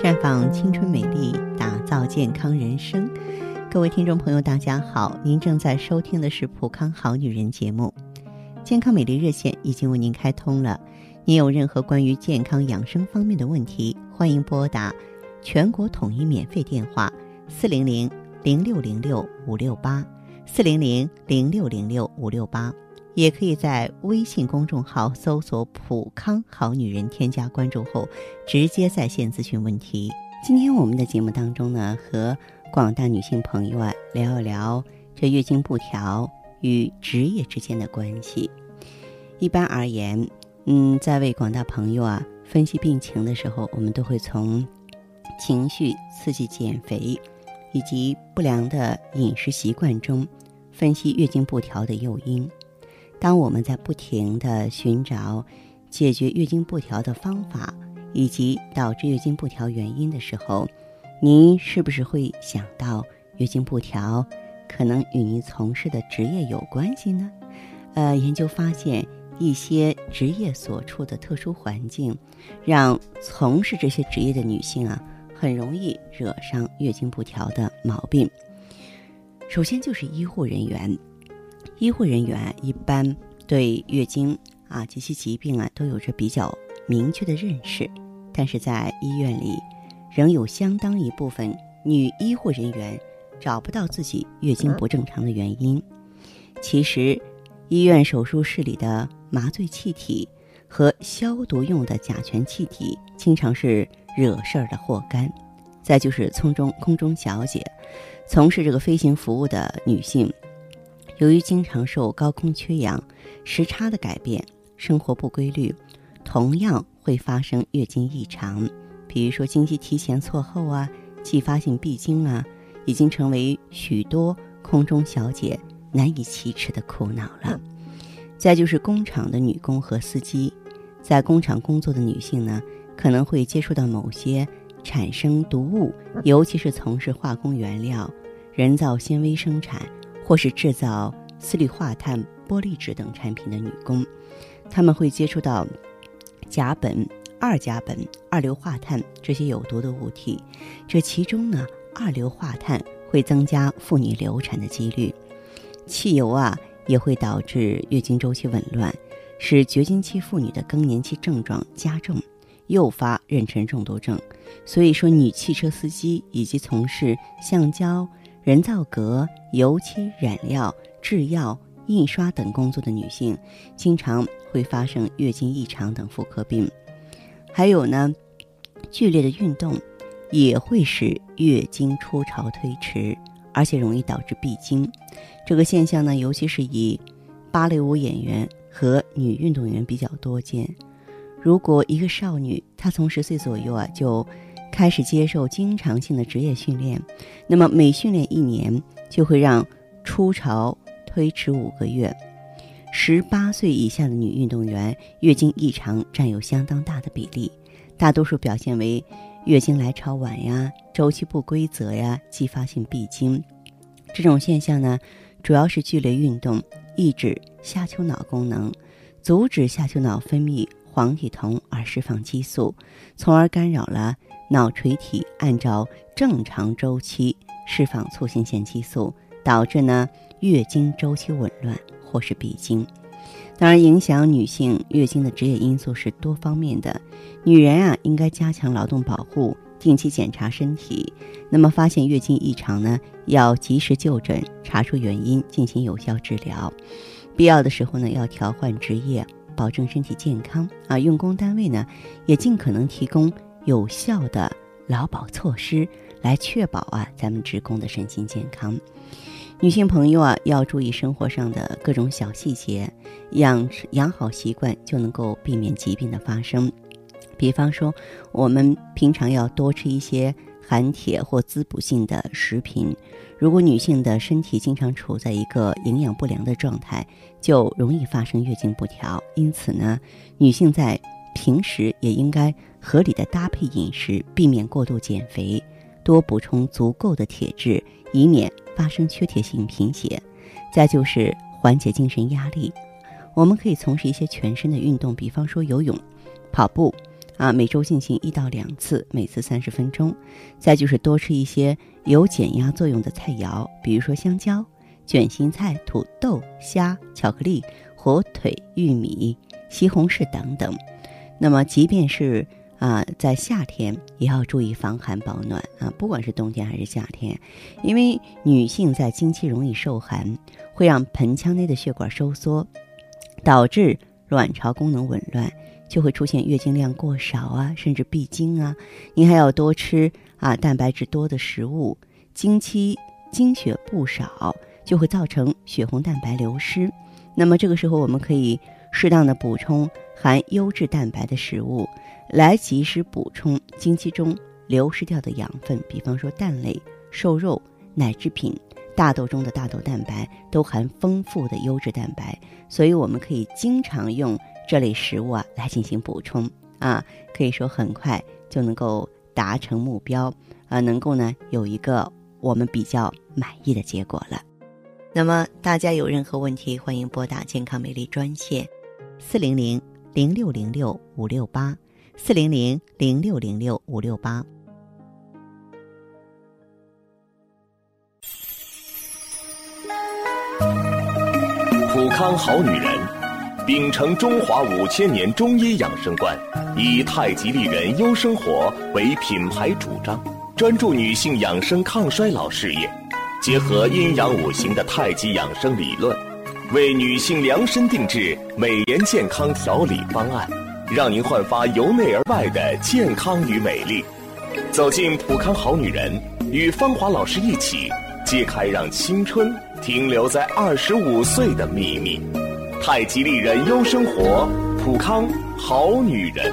绽放青春美丽，打造健康人生。各位听众朋友大家好，您正在收听的是普康好女人节目。健康美丽热线已经为您开通了，您有任何关于健康养生方面的问题，欢迎拨打全国统一免费电话400-0606-568，400-0606-568，也可以在微信公众号搜索普康好女人，添加关注后直接在线咨询问题。今天我们的节目当中呢，和广大女性朋友聊一聊这月经不调与职业之间的关系。一般而言，在为广大朋友分析病情的时候，我们都会从情绪刺激减肥以及不良的饮食习惯中分析月经不调的诱因。当我们在不停地寻找解决月经不调的方法以及导致月经不调原因的时候，您是不是会想到月经不调可能与您从事的职业有关系呢？研究发现，一些职业所处的特殊环境让从事这些职业的女性很容易惹上月经不调的毛病。首先就是医护人员，医护人员一般对月经及其疾病都有着比较明确的认识，但是在医院里仍有相当一部分女医护人员找不到自己月经不正常的原因。其实医院手术室里的麻醉气体和消毒用的甲醛气体经常是惹事儿的祸干。再就是空中小姐，从事这个飞行服务的女性，由于经常受高空缺氧、时差的改变，生活不规律，同样会发生月经异常。比如说经期提前错后继发性闭经已经成为许多空中小姐难以启齿的苦恼了。再就是工厂的女工和司机，在工厂工作的女性呢，可能会接触到某些产生毒物，尤其是从事化工原料、人造纤维生产或是制造四氯化碳、玻璃纸等产品的女工，她们会接触到甲苯、二甲苯、二硫化碳这些有毒的物体。这其中呢，二硫化碳会增加妇女流产的几率，汽油也会导致月经周期紊乱，使绝经期妇女的更年期症状加重，诱发妊娠中毒症。所以说，女汽车司机以及从事橡胶、人造革、油漆、染料、制药、印刷等工作的女性，经常会发生月经异常等妇科病。还有呢，剧烈的运动也会使月经初潮推迟，而且容易导致闭经。这个现象呢，尤其是以芭蕾舞演员和女运动员比较多见。如果一个少女她从10岁左右就开始接受经常性的职业训练，那么每训练1年就会让初潮推迟5个月。18岁以下的女运动员月经异常占有相当大的比例，大多数表现为月经来潮晚周期不规则继发性闭经。这种现象呢，主要是剧烈运动抑制下丘脑功能，阻止下丘脑分泌黄体酮而释放激素，从而干扰了脑垂体按照正常周期释放促性腺激素，导致呢月经周期紊乱或是闭经。当然，影响女性月经的职业因素是多方面的。女人应该加强劳动保护，定期检查身体。那么发现月经异常呢，要及时就诊，查出原因，进行有效治疗。必要的时候呢，要调换职业，保证身体健康用工单位呢，也尽可能提供有效的劳保措施，来确保咱们职工的身心健康。女性朋友要注意生活上的各种小细节，养好习惯就能够避免疾病的发生。比方说，我们平常要多吃一些含铁或滋补性的食品。如果女性的身体经常处在一个营养不良的状态，就容易发生月经不调。因此呢，女性在平时也应该合理的搭配饮食，避免过度减肥，多补充足够的铁质，以免发生缺铁性贫血。再就是缓解精神压力，我们可以从事一些全身的运动，比方说游泳、跑步， 每周进行1到2次，每次30分钟。再就是多吃一些有减压作用的菜肴，比如说香蕉、卷心菜、土豆、虾、巧克力、火腿、玉米、西红柿等等。那么即便是在夏天也要注意防寒保暖不管是冬天还是夏天，因为女性在经期容易受寒，会让盆腔内的血管收缩，导致卵巢功能紊乱，就会出现月经量过少甚至闭经您还要多吃蛋白质多的食物，经期经血不少，就会造成血红蛋白流失。那么这个时候我们可以适当的补充含优质蛋白的食物，来及时补充经期中流失掉的养分，比方说蛋类、瘦肉、奶制品、大豆中的大豆蛋白都含丰富的优质蛋白，所以我们可以经常用这类食物来进行补充可以说很快就能够达成目标能够呢有一个我们比较满意的结果了。那么大家有任何问题，欢迎拨打健康美丽专线400-0606-568 400-0606-568。 普康好女人，秉承中华5000年中医养生观，以太极丽人优生活为品牌主张，专注女性养生抗衰老事业，结合阴阳五行的太极养生理论，为女性量身定制美颜健康调理方案，让您焕发由内而外的健康与美丽。走进普康好女人，与芳华老师一起揭开让青春停留在25岁的秘密。太极丽人优生活，普康好女人。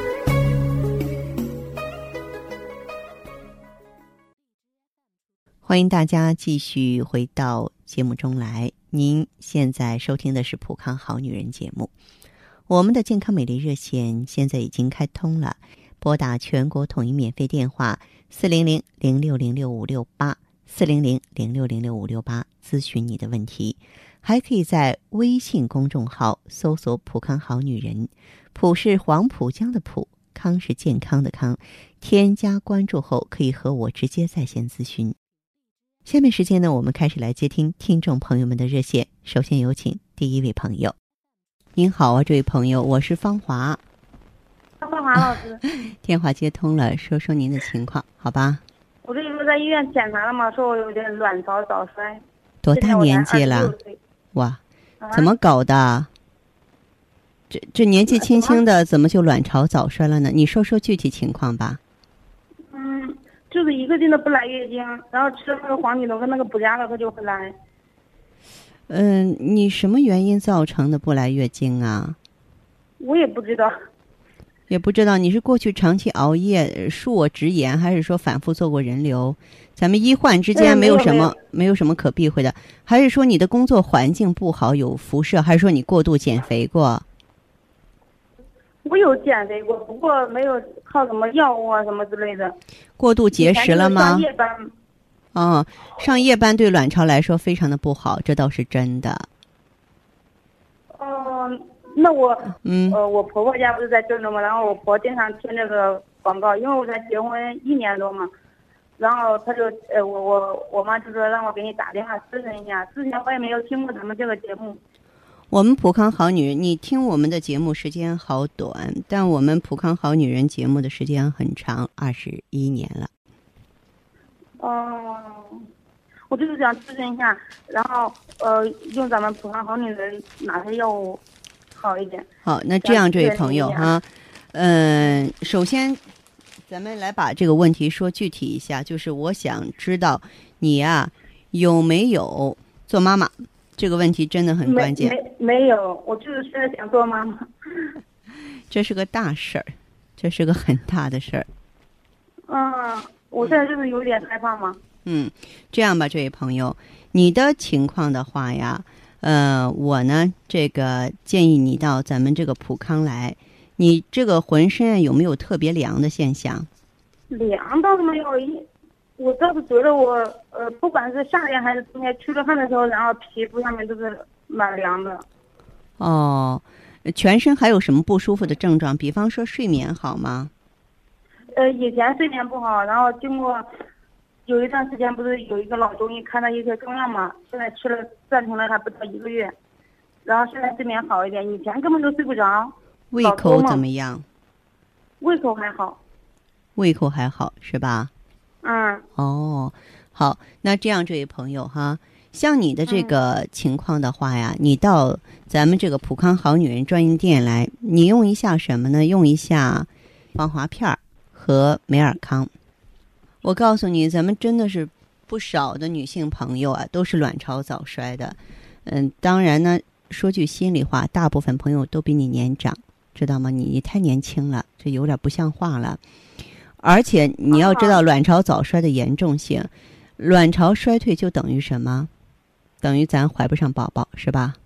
欢迎大家继续回到节目中来，您现在收听的是普康好女人节目。我们的健康美丽热线现在已经开通了，拨打全国统一免费电话400-0606-568 400-0606-568咨询你的问题。还可以在微信公众号搜索普康好女人，普是黄浦江的浦，康是健康的康，添加关注后可以和我直接在线咨询。下面时间呢，我们开始来接听听众朋友们的热线。首先有请第一位朋友。您好这位朋友，我是芳华。 芳华老师， 电话接通了，说说您的情况好吧？ 我这不是在医院检查了吗？说我有点卵巢早衰。 多大年纪了？哇，怎么搞的？这年纪轻轻的，怎么就卵巢早衰了呢？你说说具体情况吧。 就是一个劲的不来月经，然后吃了那个黄体酮跟那个补佳了，它就会来。 你什么原因造成的不来月经啊？ 我也不知道。 也不知道你是过去长期熬夜、恕我直言，还是说反复做过人流？咱们医患之间没有什么可避讳的，还是说你的工作环境不好，有辐射，还是说你过度减肥过？ 我有减肥过，不过没有靠什么药物什么之类的。 过度节食了吗？ 上夜班。 上夜班对卵巢来说非常的不好，这倒是真的。 那我我婆婆家不是在郑州嘛，然后我婆经常听这个广告，因为我才结婚1年多嘛，然后她就我妈就说让我给你打电话咨询一下，之前我也没有听过咱们这个节目。 我们普康好女人，你听我们的节目时间好短，但我们普康好女人节目的时间很长，21年了。 我就是想咨询一下，然后用咱们普康好女人哪些药物好一点？好， 那这样这位朋友哈，首先咱们来把这个问题说具体一下，就是我想知道你有没有做妈妈，这个问题真的很关键。 没有，我就是现在想做妈妈。 这是个大事儿，这是个很大的事儿。 我现在就是有点害怕嘛。 这样吧，这位朋友，你的情况的话呀，我呢，这个建议你到咱们这个普康来。你这个浑身有没有特别凉的现象？ 凉倒是没有，我倒是觉得我不管是夏天还是冬天出了汗的时候，然后皮肤上面都是蛮凉的。 全身还有什么不舒服的症状？比方说睡眠好吗？ 以前睡眠不好，然后经过有一段时间不是有一个老中医看到一些中药嘛，现在吃了暂停了还不到1个月，然后现在睡眠好一点，以前根本都睡不着。 胃口怎么样？ 胃口还好。 胃口还好是吧？哦，好，那这样这位朋友哈，像你的这个情况的话呀，你到咱们这个普康好女人专营店来，你用一下什么呢？用一下芳华片和美尔康。我告诉你，咱们真的是不少的女性朋友啊，都是卵巢早衰的。当然呢，说句心里话，大部分朋友都比你年长，知道吗？你太年轻了，这有点不像话了。而且你要知道卵巢早衰的严重性，卵巢衰退就等于什么？等于咱怀不上宝宝，是吧？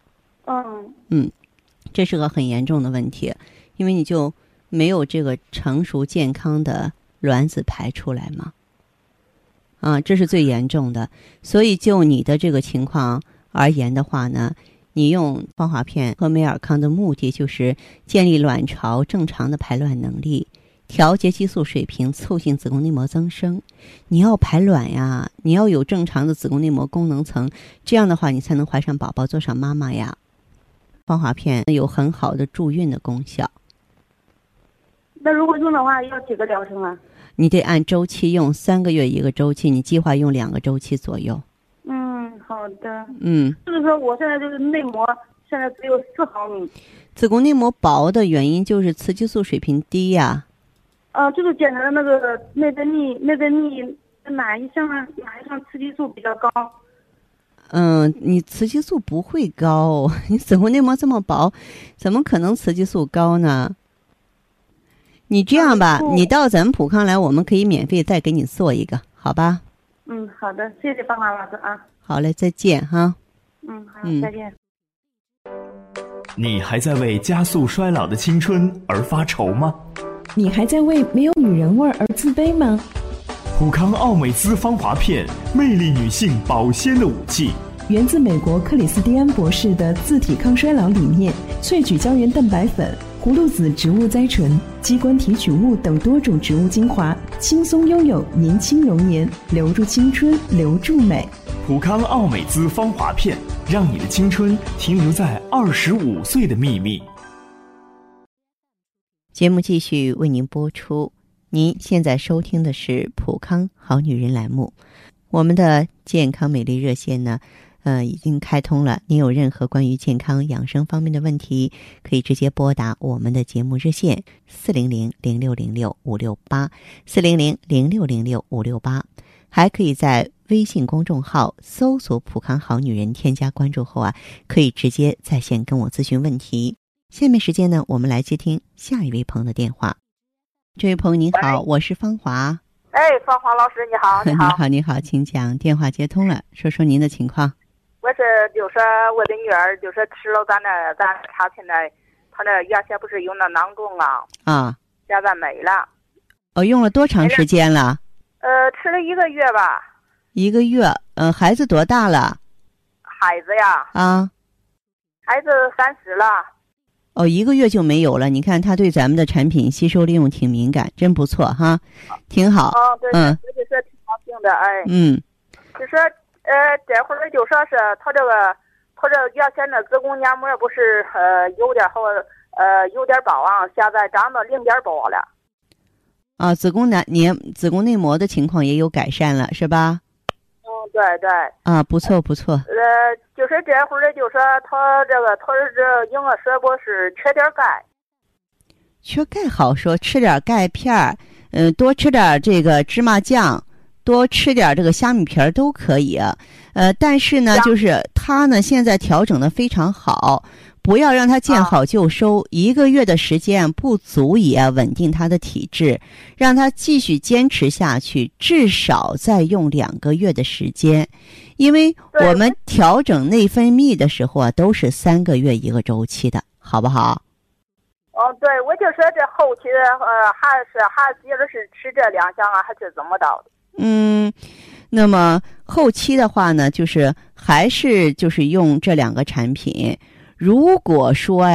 这是个很严重的问题，因为你就没有这个成熟健康的卵子排出来嘛。这是最严重的。所以就你的这个情况而言的话呢，你用芳华片和美尔康的目的就是建立卵巢正常的排卵能力，调节激素水平，促进子宫内膜增生。你要排卵呀，你要有正常的子宫内膜功能层，这样的话你才能怀上宝宝，做上妈妈呀。芳华片有很好的助孕的功效。 那如果用的话要几个疗程啊？ 你得按周期用，3个月一个周期，你计划用2个周期左右。 好的。 就是说我现在就是内膜现在只有4毫米。 子宫内膜薄的原因就是雌激素水平低呀。 就是检查的那个内分泌哪一项雌激素比较高？ 你雌激素不会高，你子宫内膜这么薄，怎么可能雌激素高呢？你这样吧，你到咱们普康来，我们可以免费再给你做一个，好吧？ 好的，谢谢芳华老师啊。 好嘞，再见哈。 好，再见。 你还在为加速衰老的青春而发愁吗？ 你还在为没有女人味而自卑吗？ 普康奥美姿芳华片，魅力女性保鲜的武器。 源自美国克里斯蒂安博士的自体抗衰老理念，萃取胶原蛋白粉、葫芦籽植物甾醇、鸡冠提取物等多种植物精华，轻松拥有年轻容颜，留住青春，留住美。 普康奥美姿芳华片，让你的青春停留在25岁的秘密。 节目继续为您播出。您现在收听的是普康好女人栏目，我们的健康美丽热线呢，已经开通了。您有任何关于健康养生方面的问题，可以直接拨打我们的节目热线400-0606-568，400-0606-568，还可以在微信公众号搜索普康好女人，添加关注后可以直接在线跟我咨询问题。下面时间呢，我们来接听下一位朋友的电话。这位朋友您好，我是芳华。 芳华老师你好。 你好，请讲。电话接通了，说说您的情况。 我是就是我的女儿就是吃了咱产品的，她那原先不是有那囊肿现在没了。 用了多长时间了？ 吃了1个月吧。 1个月。孩子多大了？ 孩子呀孩子30了。 1个月就没有了。你看他对咱们的产品吸收利用挺敏感，真不错哈，挺好。 对，我就是挺高兴的。就是这会儿就说是他这原先的子宫黏膜不是有点薄现在长到0.8了。 子宫内膜的情况也有改善了，是吧？ 对。 不错。 就是这会儿就说他这婴儿说不是缺点钙。 缺钙好说，吃点钙片多吃点这个芝麻酱，多吃点这个虾米皮都可以。但是呢，就是他呢现在调整的非常好，不要让他见好就收。1个月的时间不足以稳定他的体质，让他继续坚持下去，至少再用2个月的时间。因为我们调整内分泌的时候都是3个月1个周期的，好不好？ 对，我就说这后期还接着是吃这2项还是怎么着的？ 那么后期的话呢，就是还是就是用这2个产品。如果说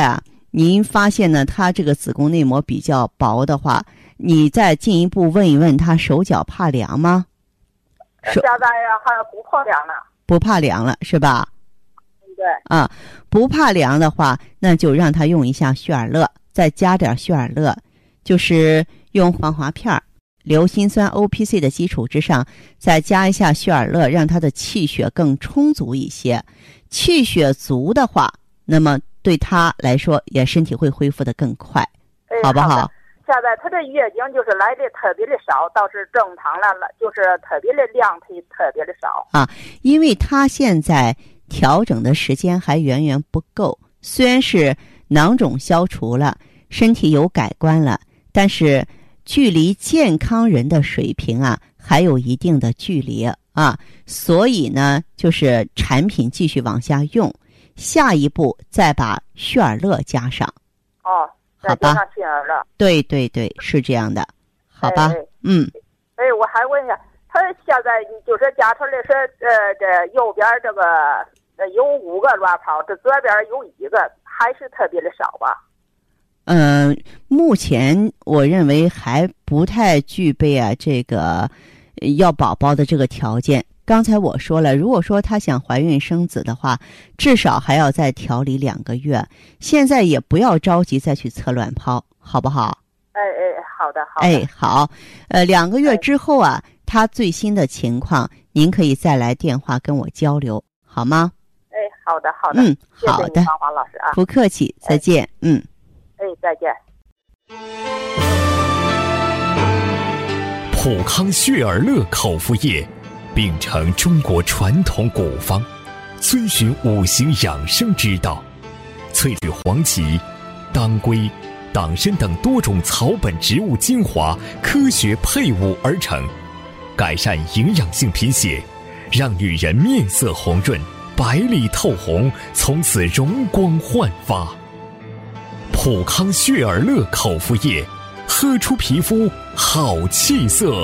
您发现呢，他这个子宫内膜比较薄的话，你再进一步问一问他手脚怕凉吗？ 现在好像不怕凉了。 不怕凉了是吧？ 对。 啊，不怕凉的话，那就让他用一下血尔乐，再加点血尔乐，就是用防滑片硫辛酸 OPC 的基础之上，再加一下血尔乐，让他的气血更充足一些。气血足的话，那么对他来说也身体会恢复得更快，好不好？ 现在他这月经就是来的特别的少，倒是正常了，就是特别的量，它也特别的少啊。因为他现在调整的时间还远远不够，虽然是囊肿消除了，身体有改观了，但是距离健康人的水平啊还有一定的距离啊。所以呢，就是产品继续往下用，下一步再把血尔乐加上。 哦， 好吧， 血尔乐。 对对对，是这样的，好吧。 我还问一下，他现在就是假设的是这右边这个有5个卵泡，这左边有1个，还是特别的少吧？ 目前我认为还不太具备这个要宝宝的这个条件。刚才我说了，如果说她想怀孕生子的话，至少还要再调理2个月。现在也不要着急再去测卵泡，好不好？ 好的。 好。2个月之后她最新的情况，您可以再来电话跟我交流，好吗？ 好的。 好的。 谢谢芳华老师啊。 不客气，再见。 再见。 普康血尔乐口服液，秉承中国传统古方，遵循5行养生之道，萃取黄芪、当归、党参等多种草本植物精华科学配伍而成，改善营养性贫血，让女人面色红润，白里透红，从此容光焕发。普康血尔乐口服液，喝出皮肤好气色。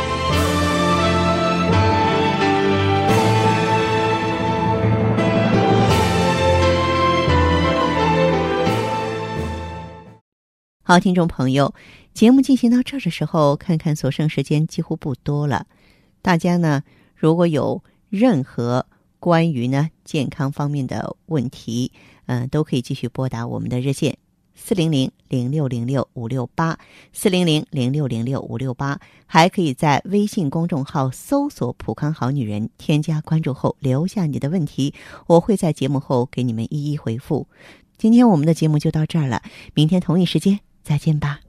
好，听众朋友，节目进行到这儿的时候，看看所剩时间几乎不多了。大家呢，如果有任何关于呢健康方面的问题，都可以继续拨打我们的热线400-0606-568，400-0606-568，还可以在微信公众号搜索普康好女人，添加关注后留下你的问题，我会在节目后给你们一一回复。今天我们的节目就到这儿了，明天同一时间再见吧。